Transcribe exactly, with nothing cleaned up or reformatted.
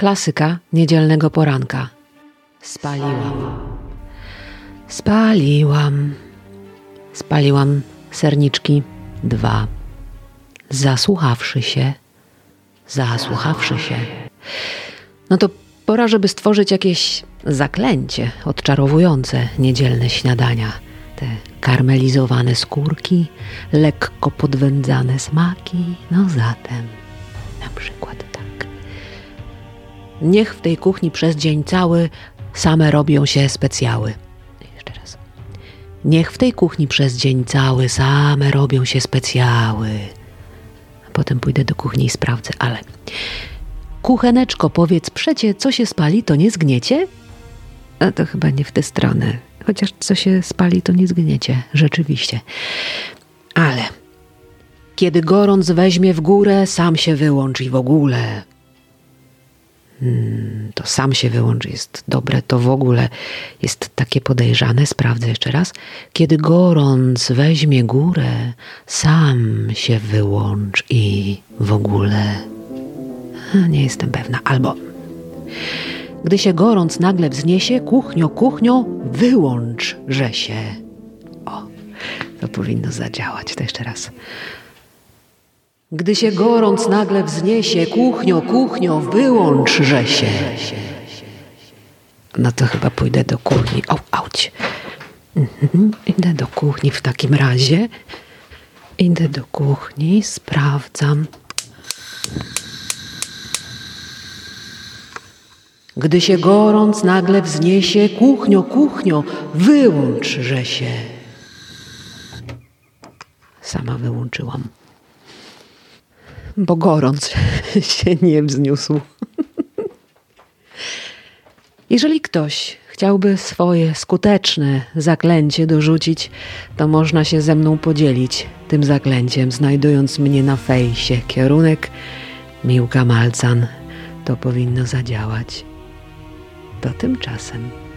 Klasyka niedzielnego poranka. Spaliłam. Spaliłam. Spaliłam serniczki dwa. Zasłuchawszy się. Zasłuchawszy się. No to pora, żeby stworzyć jakieś zaklęcie odczarowujące niedzielne śniadania. Te karmelizowane skórki, lekko podwędzane smaki. No zatem na przykład tak. Niech w tej kuchni przez dzień cały same robią się specjały. Jeszcze raz. Niech w tej kuchni przez dzień cały same robią się specjały. A potem pójdę do kuchni i sprawdzę, ale... Kucheneczko, powiedz przecie, co się spali, to nie zgniecie? A to chyba nie w tę stronę. Chociaż co się spali, to nie zgniecie. Rzeczywiście. Ale... Kiedy gorąc weźmie w górę, sam się wyłącz i w ogóle... Hmm, to sam się wyłącz jest dobre, to w ogóle jest takie podejrzane. Sprawdzę jeszcze raz. Kiedy gorąc weźmie górę, sam się wyłącz i w ogóle... Nie jestem pewna. Albo... Gdy się gorąc nagle wzniesie, kuchnio, kuchnio, wyłącz, że się... O, to powinno zadziałać. To jeszcze raz. Gdy się gorąc nagle wzniesie, kuchnio, kuchnio, wyłącz, że się... No to chyba pójdę do kuchni. O, auć. Mhm, idę do kuchni w takim razie. Idę do kuchni, sprawdzam. Gdy się gorąc nagle wzniesie, kuchnio, kuchnio, wyłącz, że się... Sama wyłączyłam. Bo gorąc się nie wzniósł. Jeżeli ktoś chciałby swoje skuteczne zaklęcie dorzucić, to można się ze mną podzielić tym zaklęciem, znajdując mnie na fejsie. Kierunek Miłka Malcan. To powinno zadziałać. To tymczasem.